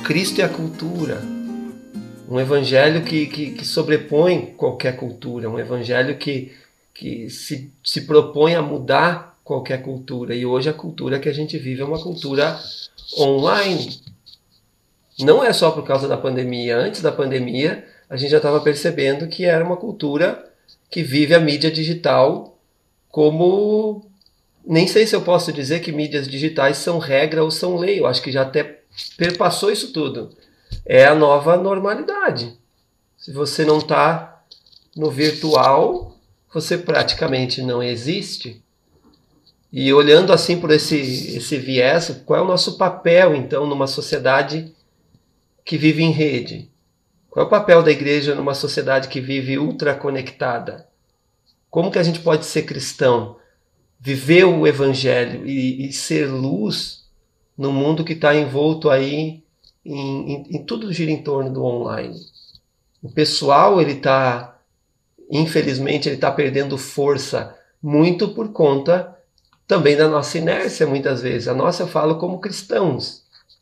Cristo e a cultura. Um evangelho que sobrepõe qualquer cultura, um evangelho que se propõe a mudar qualquer cultura. E hoje a cultura que a gente vive é uma cultura online. Não é só por causa da pandemia. Antes da pandemia, a gente já estava percebendo que era uma cultura que vive a mídia digital como... Nem sei se eu posso dizer que mídias digitais são regra ou são lei. Eu acho que já até perpassou isso tudo. É a nova normalidade. Se você não está no virtual, você praticamente não existe. E olhando assim por esse viés, qual é o nosso papel, então, numa sociedade que vive em rede? Qual é o papel da igreja numa sociedade que vive ultraconectada? Como que a gente pode ser cristão, viver o evangelho e ser luz no mundo que está envolto aí em tudo gira em torno do online? O pessoal, infelizmente, ele está perdendo força muito por conta também da nossa inércia, muitas vezes. A nossa, eu falo como cristãos.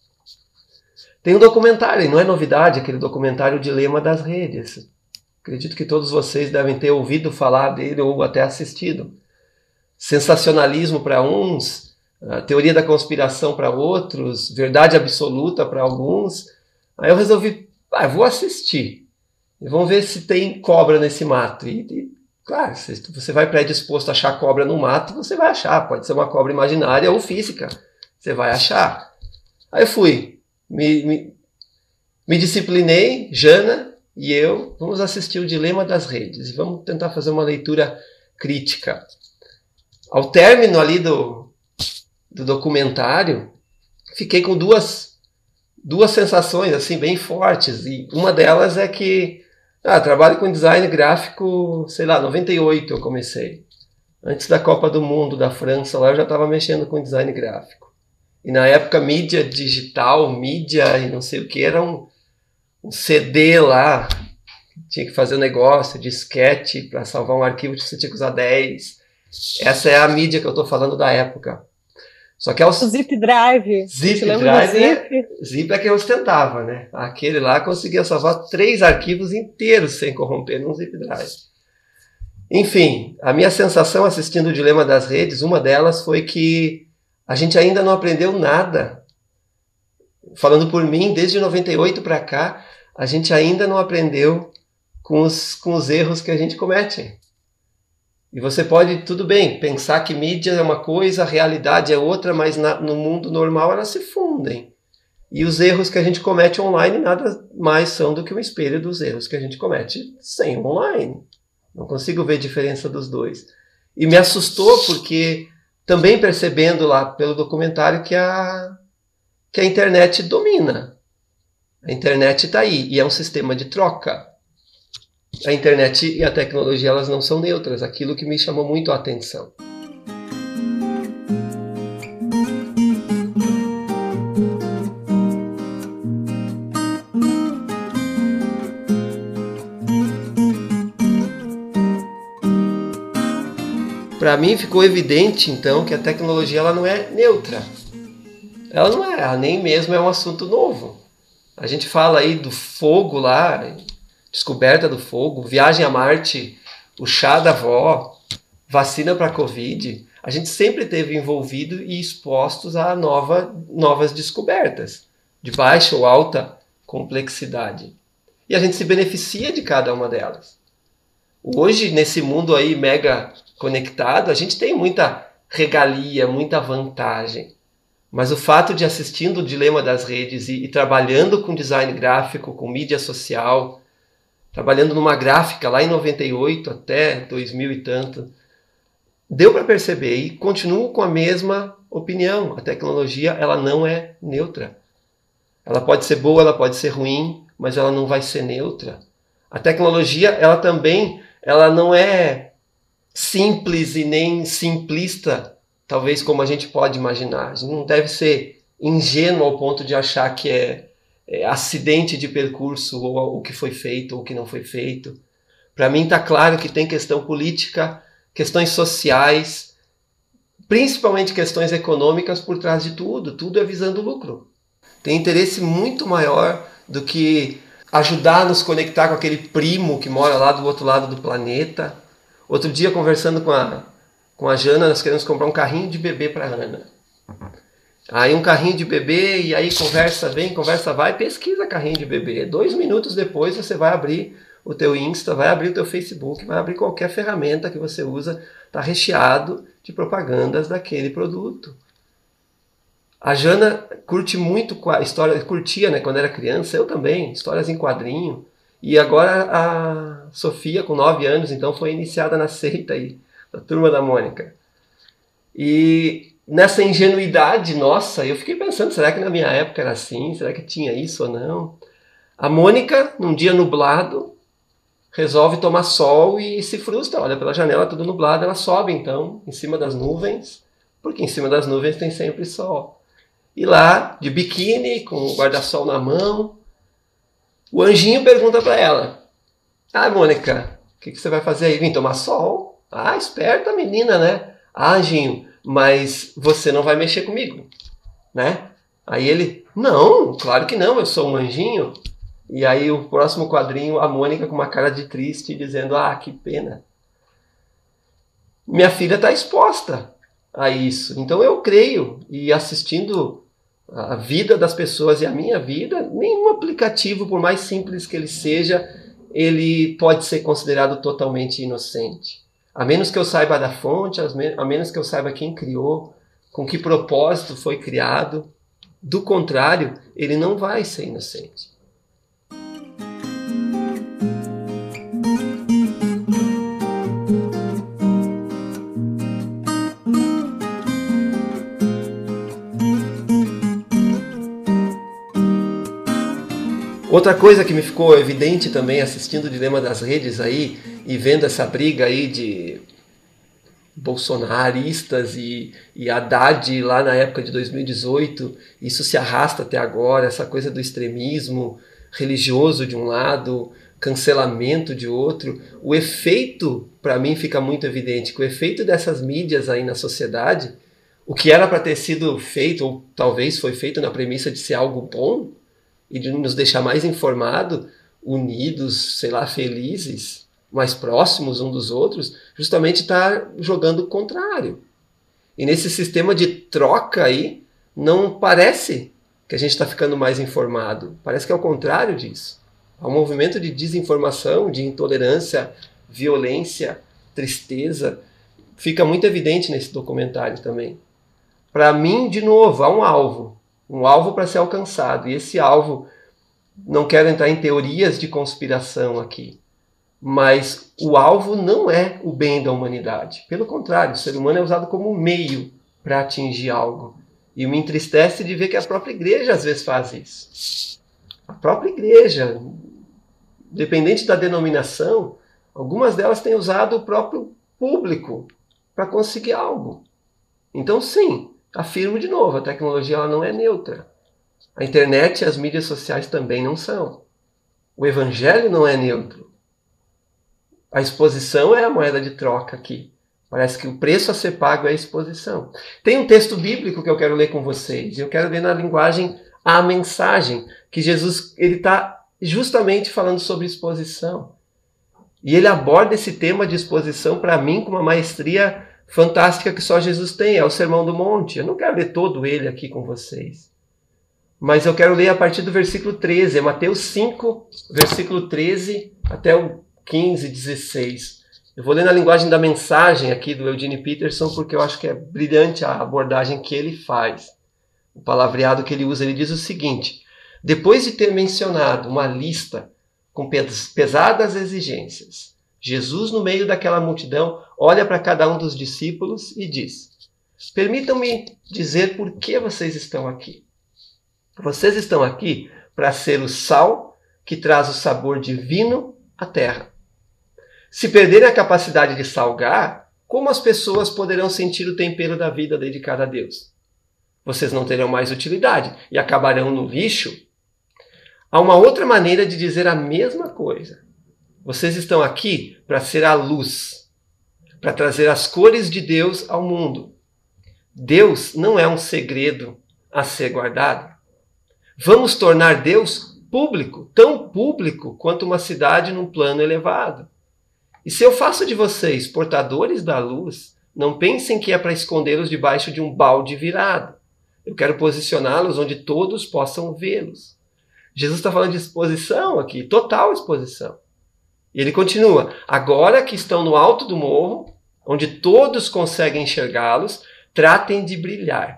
Tem um documentário, e não é novidade, aquele documentário O Dilema das Redes. Acredito que todos vocês devem ter ouvido falar dele ou até assistido. Sensacionalismo para uns, teoria da conspiração para outros, verdade absoluta para alguns. Aí eu resolvi, vou assistir. E vamos ver se tem cobra nesse mato. Claro, se você vai predisposto a achar cobra no mato, você vai achar. Pode ser uma cobra imaginária ou física. Você vai achar. Aí eu fui. Me disciplinei, Jana e eu, vamos assistir O Dilema das Redes. E vamos tentar fazer uma leitura crítica. Ao término ali do documentário, fiquei com duas sensações assim bem fortes. E uma delas é que trabalho com design gráfico, 98 eu comecei. Antes da Copa do Mundo da França, lá eu já estava mexendo com design gráfico. E na época mídia digital, mídia e não sei o que, era um CD lá. Tinha que fazer um negócio, disquete, para salvar um arquivo você tinha que usar 10. Essa é a mídia que eu estou falando da época. Só que o Zip Drive. Zip Drive, Zip é que eu ostentava, né? Aquele lá conseguia salvar 3 arquivos inteiros sem corromper num Zip Drive. Enfim, a minha sensação assistindo O Dilema das Redes, uma delas foi que a gente ainda não aprendeu nada. Falando por mim, desde 98 para cá, a gente ainda não aprendeu com os erros que a gente comete. E você pode, tudo bem, pensar que mídia é uma coisa, a realidade é outra, mas no mundo normal elas se fundem. E os erros que a gente comete online nada mais são do que um espelho dos erros que a gente comete sem online. Não consigo ver diferença dos dois. E me assustou porque, também percebendo lá pelo documentário que a internet domina. A internet está aí e é um sistema de troca. A internet e a tecnologia, elas não são neutras. Aquilo que me chamou muito a atenção. Para mim ficou evidente, então, que a tecnologia ela não é neutra. Ela não é, ela nem mesmo é um assunto novo. A gente fala aí do fogo lá, descoberta do fogo, viagem a Marte, o chá da avó, vacina para Covid. A gente sempre esteve envolvido e expostos a novas descobertas, de baixa ou alta complexidade. E a gente se beneficia de cada uma delas. Hoje, nesse mundo aí mega conectado, a gente tem muita regalia, muita vantagem. Mas o fato de assistindo o Dilema das Redes e trabalhando com design gráfico, com mídia social, trabalhando numa gráfica lá em 98 até 2000 e tanto, deu para perceber e continuo com a mesma opinião. A tecnologia ela não é neutra. Ela pode ser boa, ela pode ser ruim, mas ela não vai ser neutra. A tecnologia ela não é simples e nem simplista, talvez como a gente pode imaginar. A gente não deve ser ingênuo ao ponto de achar que é acidente de percurso ou o que foi feito ou o que não foi feito. Para mim está claro que tem questão política, questões sociais, principalmente questões econômicas por trás de tudo. Tudo é visando lucro. tem interesse muito maior do que ajudar a nos conectar com aquele primo que mora lá do outro lado do planeta. Outro dia, conversando com a Jana, nós queremos comprar um carrinho de bebê para a Ana. Aí um carrinho de bebê, e aí conversa vem, conversa vai, pesquisa carrinho de bebê. 2 minutos depois você vai abrir o teu Insta, vai abrir o teu Facebook, vai abrir qualquer ferramenta que você usa, está recheado de propagandas daquele produto. A Jana curte muito história, curtia, né, quando era criança, eu também, histórias em quadrinho. E agora a Sofia, com 9 anos, então foi iniciada na seita aí, da Turma da Mônica. E nessa ingenuidade nossa, eu fiquei pensando, será que na minha época era assim? Será que tinha isso ou não? A Mônica, num dia nublado, resolve tomar sol e se frustra. Olha pela janela, tudo nublado, ela sobe então, em cima das nuvens, porque em cima das nuvens tem sempre sol. E lá, de biquíni, com o guarda-sol na mão, o anjinho pergunta para ela: ah, Mônica, o que você vai fazer aí? Vim tomar sol? Ah, esperta menina, né? Ah, anjinho, mas você não vai mexer comigo, né? Aí ele: não, claro que não, eu sou um anjinho. E aí o próximo quadrinho, a Mônica com uma cara de triste, dizendo: ah, que pena. Minha filha está exposta a isso. Então eu creio, e assistindo a vida das pessoas e a minha vida, nenhum aplicativo, por mais simples que ele seja, ele pode ser considerado totalmente inocente. A menos que eu saiba da fonte, a menos que eu saiba quem criou, com que propósito foi criado. Do contrário, ele não vai ser inocente. Outra coisa que me ficou evidente também assistindo o Dilema das Redes aí e vendo essa briga aí de bolsonaristas e Haddad lá na época de 2018, isso se arrasta até agora, essa coisa do extremismo religioso de um lado, cancelamento de outro. O efeito, para mim, fica muito evidente, que o efeito dessas mídias aí na sociedade, o que era para ter sido feito, ou talvez foi feito na premissa de ser algo bom, e de nos deixar mais informados, unidos, sei lá, felizes, mais próximos uns dos outros, justamente está jogando o contrário. E nesse sistema de troca aí, não parece que a gente está ficando mais informado. Parece que é o contrário disso. Há um movimento de desinformação, de intolerância, violência, tristeza. Fica muito evidente nesse documentário também. Para mim, de novo, há um alvo para ser alcançado. E esse alvo, não quero entrar em teorias de conspiração aqui, mas o alvo não é o bem da humanidade. Pelo contrário, o ser humano é usado como meio para atingir algo. E me entristece de ver que a própria igreja às vezes faz isso. A própria igreja, dependente da denominação, algumas delas têm usado o próprio público para conseguir algo. Então sim, afirmo de novo, a tecnologia ela não é neutra. A internet e as mídias sociais também não são. O evangelho não é neutro. A exposição é a moeda de troca aqui. Parece que o preço a ser pago é a exposição. Tem um texto bíblico que eu quero ler com vocês. Eu quero ler na linguagem a mensagem, que Jesus está justamente falando sobre exposição. E ele aborda esse tema de exposição para mim com uma maestria fantástica que só Jesus tem. É o Sermão do Monte. Eu não quero ler todo ele aqui com vocês. Mas eu quero ler a partir do versículo 13, é Mateus 5, versículo 13 até o 15, 16. Eu vou ler na linguagem da mensagem aqui do Eugene Peterson, porque eu acho que é brilhante a abordagem que ele faz. O palavreado que ele usa, ele diz o seguinte: depois de ter mencionado uma lista com pesadas exigências, Jesus, no meio daquela multidão, olha para cada um dos discípulos e diz: permitam-me dizer por que vocês estão aqui. Vocês estão aqui para ser o sal que traz o sabor divino à terra. Se perderem a capacidade de salgar, como as pessoas poderão sentir o tempero da vida dedicada a Deus? Vocês não terão mais utilidade e acabarão no lixo. Há uma outra maneira de dizer a mesma coisa. Vocês estão aqui para ser a luz, para trazer as cores de Deus ao mundo. Deus não é um segredo a ser guardado. Vamos tornar Deus público, tão público quanto uma cidade num plano elevado. E se eu faço de vocês portadores da luz, não pensem que é para escondê-los debaixo de um balde virado. Eu quero posicioná-los onde todos possam vê-los. Jesus está falando de exposição aqui, total exposição. E ele continua, agora que estão no alto do morro, onde todos conseguem enxergá-los, tratem de brilhar.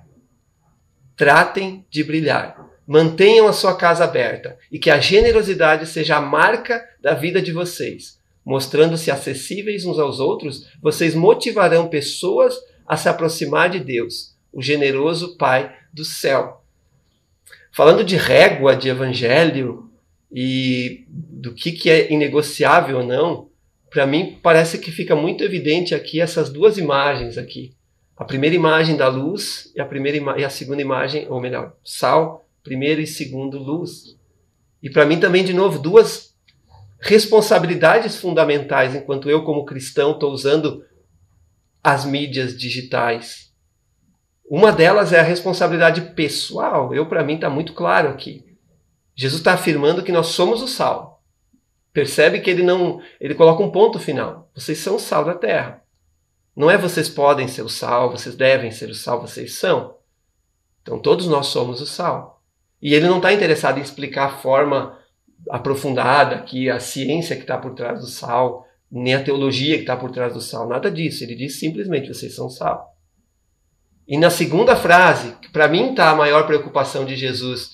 Tratem de brilhar. Mantenham a sua casa aberta e que a generosidade seja a marca da vida de vocês. Mostrando-se acessíveis uns aos outros, vocês motivarão pessoas a se aproximar de Deus, o generoso Pai do céu. Falando de régua, de evangelho e do que é inegociável ou não, para mim parece que fica muito evidente aqui essas duas imagens aqui. A primeira imagem da luz e a segunda imagem, ou melhor, sal, primeiro e segundo luz. E para mim também, de novo, duas responsabilidades fundamentais enquanto eu, como cristão, estou usando as mídias digitais. Uma delas é a responsabilidade pessoal. Para mim, está muito claro aqui. Jesus está afirmando que nós somos o sal. Percebe que ele coloca um ponto final. Vocês são o sal da terra. Não é vocês podem ser o sal, vocês devem ser o sal, vocês são. Então todos nós somos o sal. E ele não está interessado em explicar a forma aprofundada aqui, a ciência que está por trás do sal, nem a teologia que está por trás do sal, nada disso. Ele diz simplesmente, vocês são sal. E na segunda frase, que para mim está a maior preocupação de Jesus,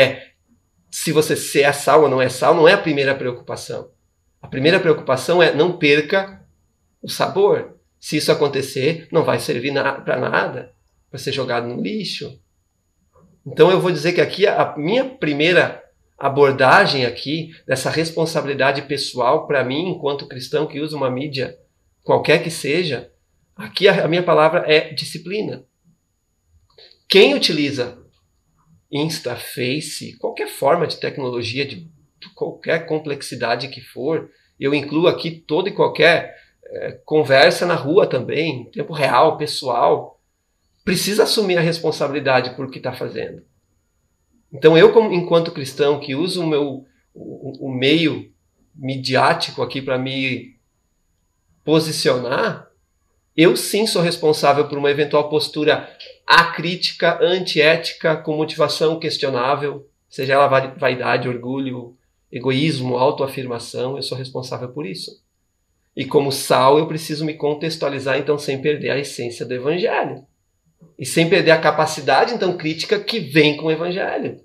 se você é sal ou não é sal, não é a primeira preocupação. A primeira preocupação é não perca o sabor. Se isso acontecer, não vai servir para nada, vai ser jogado no lixo. Então eu vou dizer que aqui a minha primeira abordagem aqui dessa responsabilidade pessoal para mim, enquanto cristão que usa uma mídia, qualquer que seja, aqui a minha palavra é disciplina. Quem utiliza Insta, Face, qualquer forma de tecnologia, de qualquer complexidade que for, eu incluo aqui toda e qualquer conversa na rua também, em tempo real, pessoal, precisa assumir a responsabilidade por o que está fazendo. Então eu, enquanto cristão, que uso o meio midiático aqui para me posicionar, eu sim sou responsável por uma eventual postura acrítica, antiética, com motivação questionável, seja ela vaidade, orgulho, egoísmo, autoafirmação, eu sou responsável por isso. E como sal, eu preciso me contextualizar, então, sem perder a essência do evangelho. E sem perder a capacidade, então, crítica que vem com o evangelho.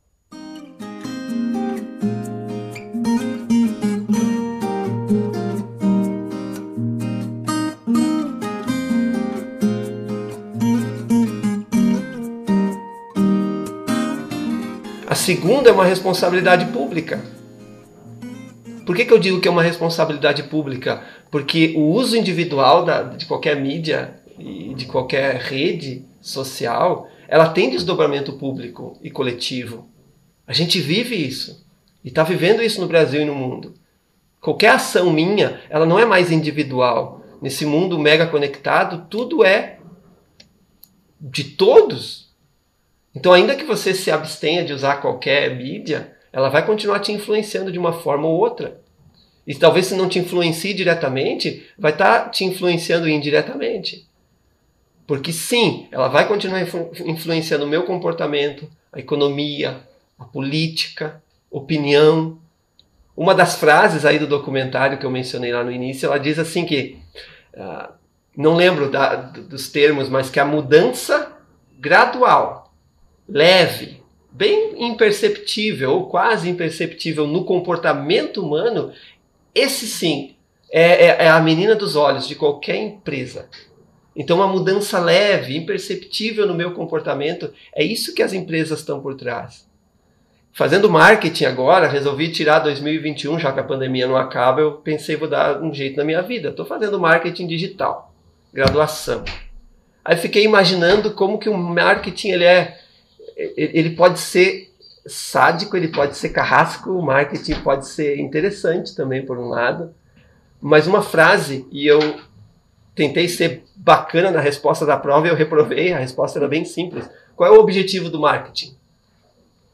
A segunda é uma responsabilidade pública. Por que eu digo que é uma responsabilidade pública? Porque o uso individual de qualquer mídia e de qualquer rede social, ela tem desdobramento público e coletivo. A gente vive isso. E está vivendo isso no Brasil e no mundo. Qualquer ação minha, ela não é mais individual. Nesse mundo mega conectado, tudo é de todos. Então, ainda que você se abstenha de usar qualquer mídia, ela vai continuar te influenciando de uma forma ou outra. E talvez se não te influencie diretamente, vai estar te influenciando indiretamente. Porque sim, ela vai continuar influenciando o meu comportamento, a economia, a política, opinião. Uma das frases aí do documentário que eu mencionei lá no início, ela diz assim que, não lembro dos termos, mas que a mudança gradual, leve, bem imperceptível ou quase imperceptível no comportamento humano, esse sim é a menina dos olhos de qualquer empresa. Então uma mudança leve, imperceptível no meu comportamento, é isso que as empresas estão por trás. Fazendo marketing agora, resolvi tirar 2021, já que a pandemia não acaba, eu pensei, vou dar um jeito na minha vida. Estou fazendo marketing digital, graduação. Aí fiquei imaginando como que o marketing ele pode ser sádico, ele pode ser carrasco, o marketing pode ser interessante também, por um lado. Mas uma frase, e eu tentei ser bacana na resposta da prova e eu reprovei, a resposta era bem simples. Qual é o objetivo do marketing?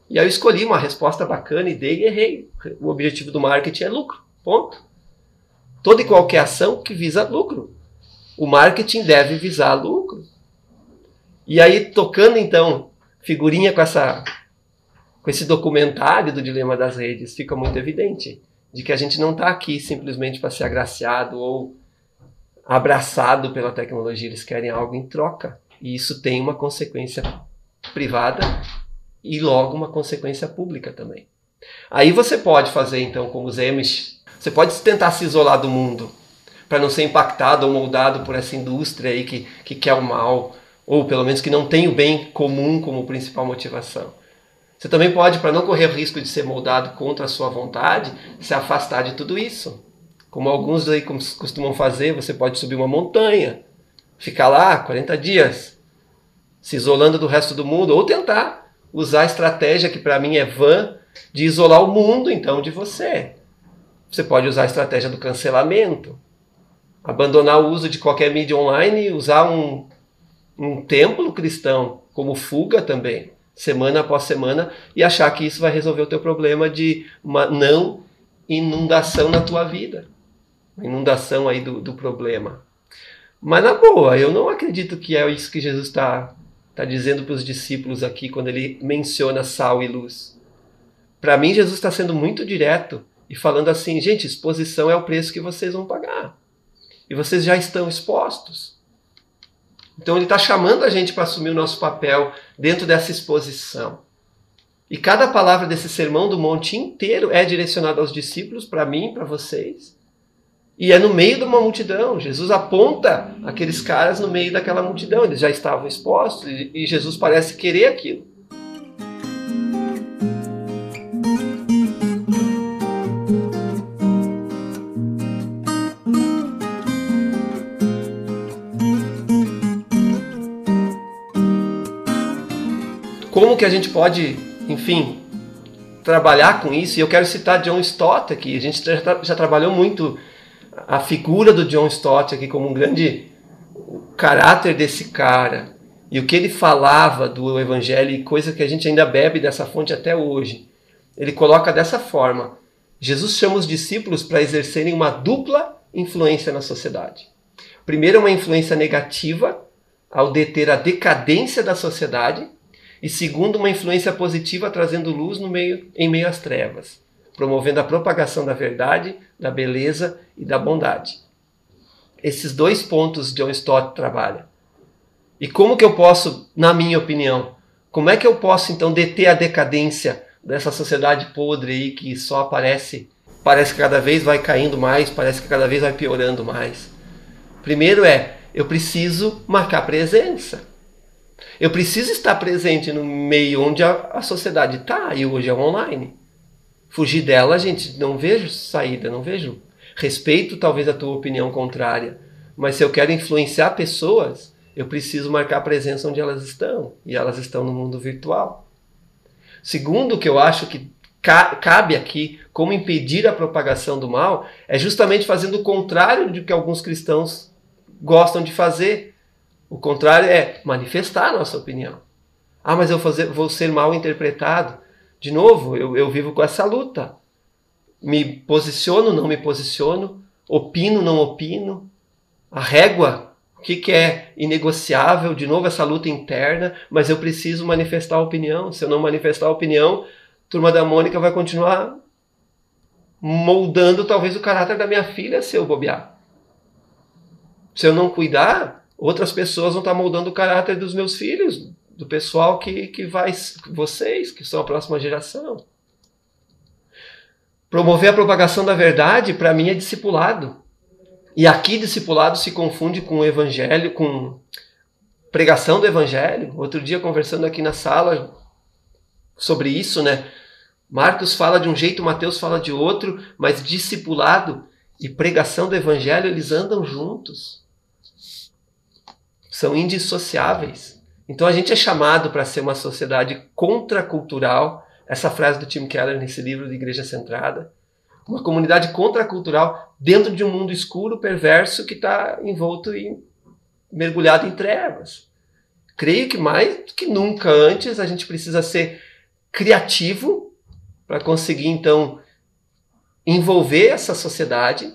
E aí eu escolhi uma resposta bacana e dei e errei. O objetivo do marketing é lucro, ponto. Toda e qualquer ação que visa lucro. O marketing deve visar lucro. E aí, tocando então, figurinha com esse documentário do Dilema das Redes, fica muito evidente de que a gente não está aqui simplesmente para ser agraciado ou abraçado pela tecnologia, eles querem algo em troca. E isso tem uma consequência privada e logo uma consequência pública também. Aí você pode fazer então como os Amish, você pode tentar se isolar do mundo para não ser impactado ou moldado por essa indústria aí que quer o mal, ou pelo menos que não tem o bem comum como principal motivação. Você também pode, para não correr o risco de ser moldado contra a sua vontade, se afastar de tudo isso. Como alguns aí costumam fazer, você pode subir uma montanha, ficar lá 40 dias, se isolando do resto do mundo, ou tentar usar a estratégia que para mim é vã, de isolar o mundo então de você. Você pode usar a estratégia do cancelamento, abandonar o uso de qualquer mídia online e usar um templo cristão como fuga também, semana após semana, e achar que isso vai resolver o teu problema de uma não inundação na tua vida. Uma inundação aí do problema. Mas na boa, eu não acredito que é isso que Jesus está dizendo para os discípulos aqui quando ele menciona sal e luz. Para mim, Jesus está sendo muito direto e falando assim, gente, exposição é o preço que vocês vão pagar. E vocês já estão expostos. Então ele está chamando a gente para assumir o nosso papel dentro dessa exposição. E cada palavra desse sermão do monte inteiro é direcionada aos discípulos, para mim, para vocês. E é no meio de uma multidão. Jesus aponta aqueles caras no meio daquela multidão. Eles já estavam expostos e Jesus parece querer aquilo. Como que a gente pode, enfim, trabalhar com isso? E eu quero citar John Stott aqui. A gente já trabalhou muito a figura do John Stott aqui como um grande caráter desse cara. E o que ele falava do evangelho e coisa que a gente ainda bebe dessa fonte até hoje. Ele coloca dessa forma. Jesus chama os discípulos para exercerem uma dupla influência na sociedade. Primeiro, uma influência negativa ao deter a decadência da sociedade. E segundo, uma influência positiva trazendo luz em meio às trevas, promovendo a propagação da verdade, da beleza e da bondade. Esses dois pontos John Stott trabalha. E como que eu posso, na minha opinião, como é que eu posso então deter a decadência dessa sociedade podre aí que só parece que cada vez vai caindo mais, parece que cada vez vai piorando mais? Primeiro eu preciso marcar presença. Eu preciso estar presente no meio onde a sociedade está, e hoje é online. Fugir dela, gente, não vejo saída, não vejo. Respeito talvez a tua opinião contrária, mas se eu quero influenciar pessoas, eu preciso marcar presença onde elas estão, e elas estão no mundo virtual. Segundo, que eu acho que cabe aqui, como impedir a propagação do mal, é justamente fazendo o contrário do que alguns cristãos gostam de fazer. O contrário é manifestar a nossa opinião. Ah, mas eu vou ser mal interpretado. De novo, eu vivo com essa luta. Me posiciono, não me posiciono. Opino, não opino. A régua, o que é inegociável? De novo, essa luta interna. Mas eu preciso manifestar a opinião. Se eu não manifestar a opinião, a Turma da Mônica vai continuar moldando talvez o caráter da minha filha se eu bobear. Se eu não cuidar, outras pessoas vão estar moldando o caráter dos meus filhos, do pessoal que vai, vocês, que são a próxima geração. Promover a propagação da verdade, para mim, é discipulado. E aqui, discipulado se confunde com o evangelho, com pregação do evangelho. Outro dia, conversando aqui na sala sobre isso, né? Marcos fala de um jeito, Mateus fala de outro, mas discipulado e pregação do evangelho, eles andam juntos. São indissociáveis. Então a gente é chamado para ser uma sociedade contracultural. Essa frase do Tim Keller nesse livro de Igreja Centrada. Uma comunidade contracultural dentro de um mundo escuro, perverso, que está envolto e mergulhado em trevas. Creio que mais do que nunca antes a gente precisa ser criativo para conseguir, então, envolver essa sociedade.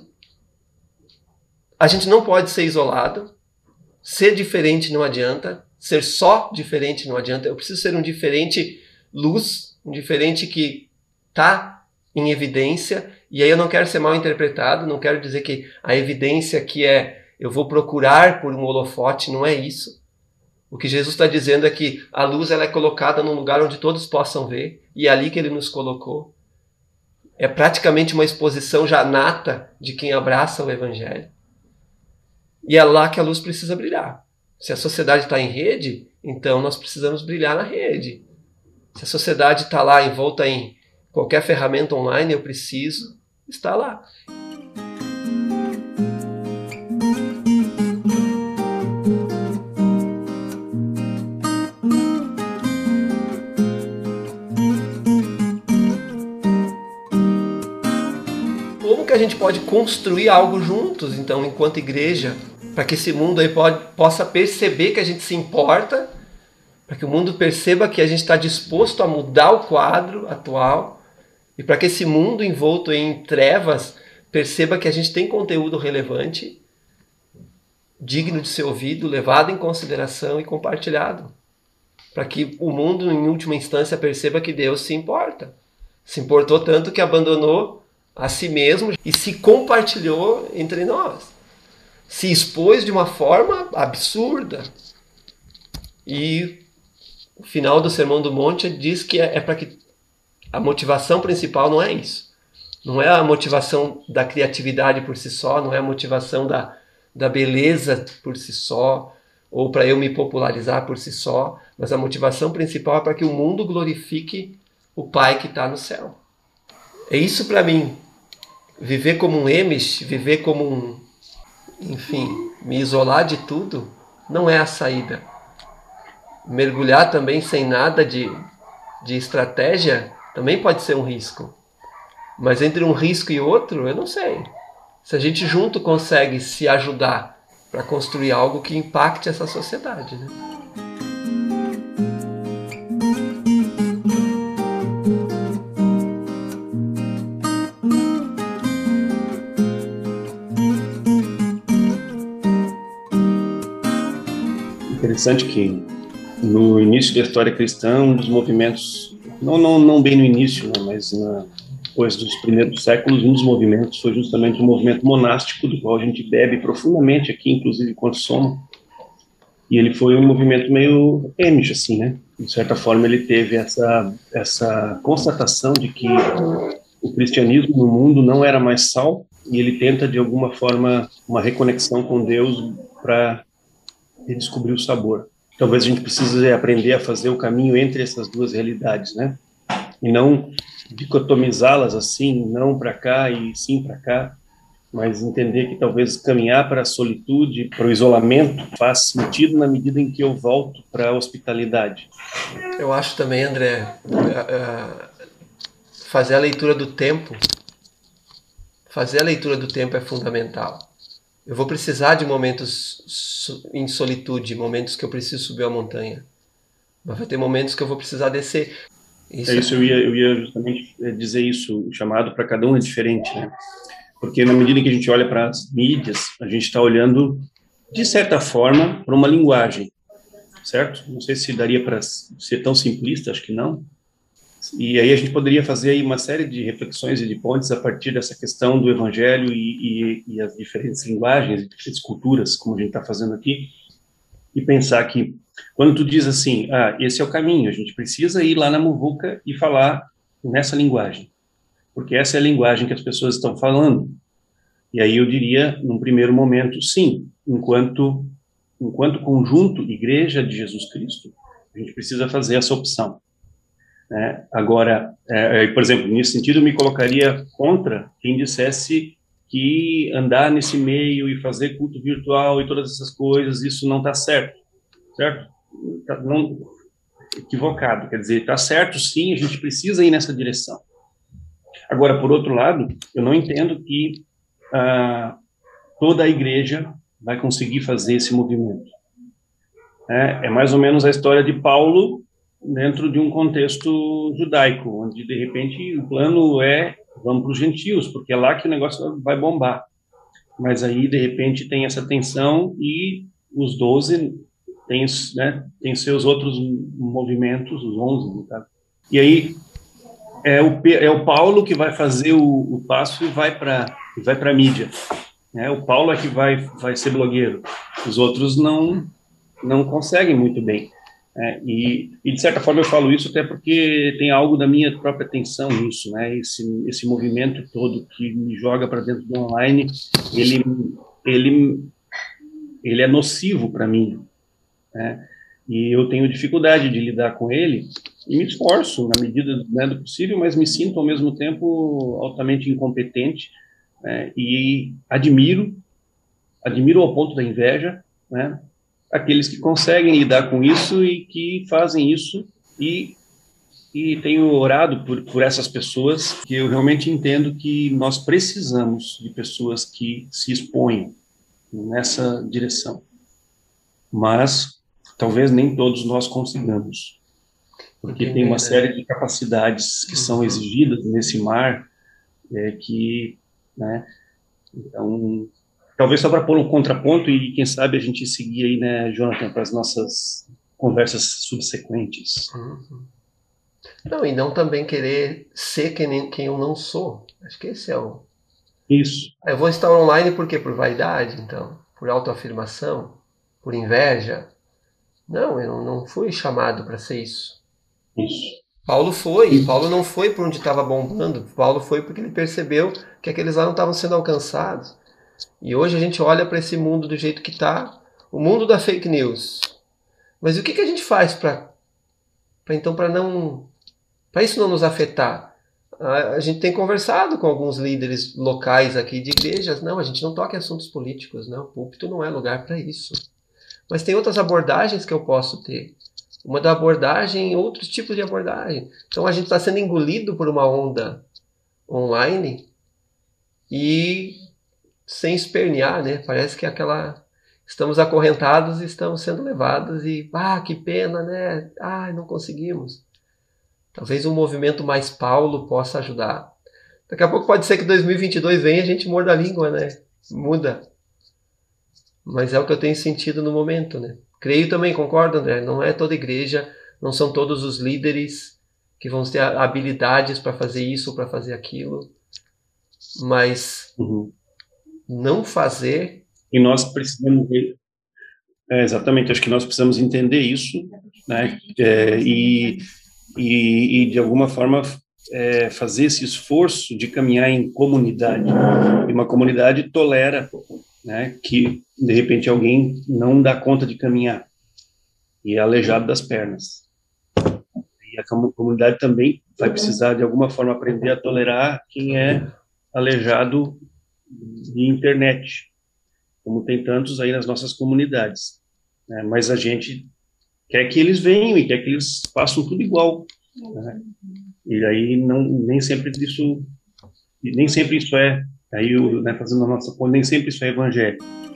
A gente não pode ser isolado. Ser diferente não adianta. Ser só diferente não adianta. Eu preciso ser um diferente luz, um diferente que está em evidência. E aí eu não quero ser mal interpretado, não quero dizer que a evidência aqui é eu vou procurar por um holofote, não é isso. O que Jesus está dizendo é que a luz ela é colocada num lugar onde todos possam ver, e é ali que ele nos colocou. É praticamente uma exposição já nata de quem abraça o Evangelho. E é lá que a luz precisa brilhar. Se a sociedade está em rede, então nós precisamos brilhar na rede. Se a sociedade está lá envolta em qualquer ferramenta online, eu preciso estar lá. Como que a gente pode construir algo juntos, então, enquanto igreja, para que esse mundo aí possa perceber que a gente se importa, para que o mundo perceba que a gente está disposto a mudar o quadro atual, e para que esse mundo envolto em trevas perceba que a gente tem conteúdo relevante, digno de ser ouvido, levado em consideração e compartilhado. Para que o mundo, em última instância, perceba que Deus se importa. Se importou tanto que abandonou a si mesmo e se compartilhou entre nós. Se expôs de uma forma absurda. E o final do Sermão do Monte diz que é para que a motivação principal não é isso. Não é a motivação da criatividade por si só, não é a motivação da beleza por si só, ou para eu me popularizar por si só, mas a motivação principal é para que o mundo glorifique o Pai que está no céu. É isso para mim. Viver como um Amish, viver como um... Enfim, me isolar de tudo, não é a saída. Mergulhar também sem nada de estratégia também pode ser um risco. Mas entre um risco e outro, eu não sei. Se a gente junto consegue se ajudar para construir algo que impacte essa sociedade, né? Interessante que no início da história cristã, um dos movimentos, não bem no início, né, mas depois dos primeiros séculos, um dos movimentos foi justamente o movimento monástico, do qual a gente bebe profundamente aqui, inclusive enquanto somos. E ele foi um movimento meio Amish, assim, né? De certa forma, ele teve essa constatação de que o cristianismo no mundo não era mais sal, e ele tenta, de alguma forma, uma reconexão com Deus para redescobrir o sabor. Talvez a gente precise aprender a fazer o caminho entre essas duas realidades, né? E não dicotomizá-las assim, não para cá e sim para cá, mas entender que talvez caminhar para a solitude, para o isolamento, faz sentido na medida em que eu volto para a hospitalidade. Eu acho também, André, fazer a leitura do tempo é fundamental. Eu vou precisar de momentos em solitude, momentos que eu preciso subir a montanha. Mas vai ter momentos que eu vou precisar descer. Eu ia justamente dizer isso, o chamado para cada um é diferente, né? Porque na medida que a gente olha para as mídias, a gente está olhando, de certa forma, para uma linguagem, certo? Não sei se daria para ser tão simplista, acho que não. E aí a gente poderia fazer aí uma série de reflexões e de pontes a partir dessa questão do Evangelho e as diferentes linguagens, diferentes culturas, como a gente está fazendo aqui, e pensar que quando tu diz assim, esse é o caminho, a gente precisa ir lá na muvuca e falar nessa linguagem, porque essa é a linguagem que as pessoas estão falando. E aí eu diria, num primeiro momento, sim, enquanto conjunto, Igreja de Jesus Cristo, a gente precisa fazer essa opção. Agora, por exemplo, nesse sentido, eu me colocaria contra quem dissesse que andar nesse meio e fazer culto virtual e todas essas coisas, isso não está certo, certo? Não, equivocado, quer dizer, está certo sim, a gente precisa ir nessa direção. Agora, por outro lado, eu não entendo que toda a igreja vai conseguir fazer esse movimento. É mais ou menos a história de Paulo dentro de um contexto judaico, onde, de repente, o plano é vamos para os gentios, porque é lá que o negócio vai bombar. Mas aí, de repente, tem essa tensão e os 12 têm, né, tem seus outros movimentos, os 11, tá? E aí é o Paulo que vai fazer o passo e vai para a mídia. Né? O Paulo é que vai ser blogueiro. Os outros não conseguem muito bem. De certa forma eu falo isso até porque tem algo da minha própria atenção nisso, né? Esse movimento todo que me joga para dentro do online, ele é nocivo para mim, né? E eu tenho dificuldade de lidar com ele e me esforço na medida, né, do possível, mas me sinto ao mesmo tempo altamente incompetente, né? E admiro ao ponto da inveja, né, aqueles que conseguem lidar com isso e que fazem isso, e tenho orado por essas pessoas, que eu realmente entendo que nós precisamos de pessoas que se exponham nessa direção. Mas talvez nem todos nós consigamos, porque tem uma série de capacidades que são exigidas nesse mar, né, então, talvez só para pôr um contraponto e quem sabe a gente seguir aí, né, Jonathan, para as nossas conversas subsequentes. Não, e não também querer ser quem eu não sou. Acho que esse é o... Isso. Eu vou estar online por quê? Por vaidade, então? Por autoafirmação? Por inveja? Não, eu não fui chamado para ser isso. Isso. Paulo foi. Paulo não foi por onde estava bombando. Paulo foi porque ele percebeu que aqueles lá não estavam sendo alcançados. E hoje a gente olha para esse mundo do jeito que está, o mundo da fake news. Mas o que a gente faz para isso não nos afetar? A gente tem conversado com alguns líderes locais aqui de igrejas. Não, a gente não toca em assuntos políticos, não. O púlpito não é lugar para isso. Mas tem outras abordagens que eu posso ter. Uma da abordagem, outros tipos de abordagem. Então a gente está sendo engolido por uma onda online e sem espernear, né? Parece que estamos acorrentados e estamos sendo levados e que pena, né? Não conseguimos. Talvez um movimento mais Paulo possa ajudar. Daqui a pouco pode ser que 2022 venha e a gente morda a língua, né? Muda. Mas é o que eu tenho sentido no momento, né? Creio também, concordo, André? Não é toda igreja, não são todos os líderes que vão ter habilidades para fazer isso ou para fazer aquilo. Mas não fazer... E nós precisamos... exatamente, acho que nós precisamos entender isso, né? E de alguma forma fazer esse esforço de caminhar em comunidade. E uma comunidade tolera, né, que de repente alguém não dá conta de caminhar e é aleijado das pernas. E a comunidade também vai precisar de alguma forma aprender a tolerar quem é aleijado de internet, como tem tantos aí nas nossas comunidades, né? Mas a gente quer que eles venham e quer que eles façam tudo igual, né? E aí nem sempre isso é, aí, né, fazendo a nossa ponte, nem sempre isso é evangélico.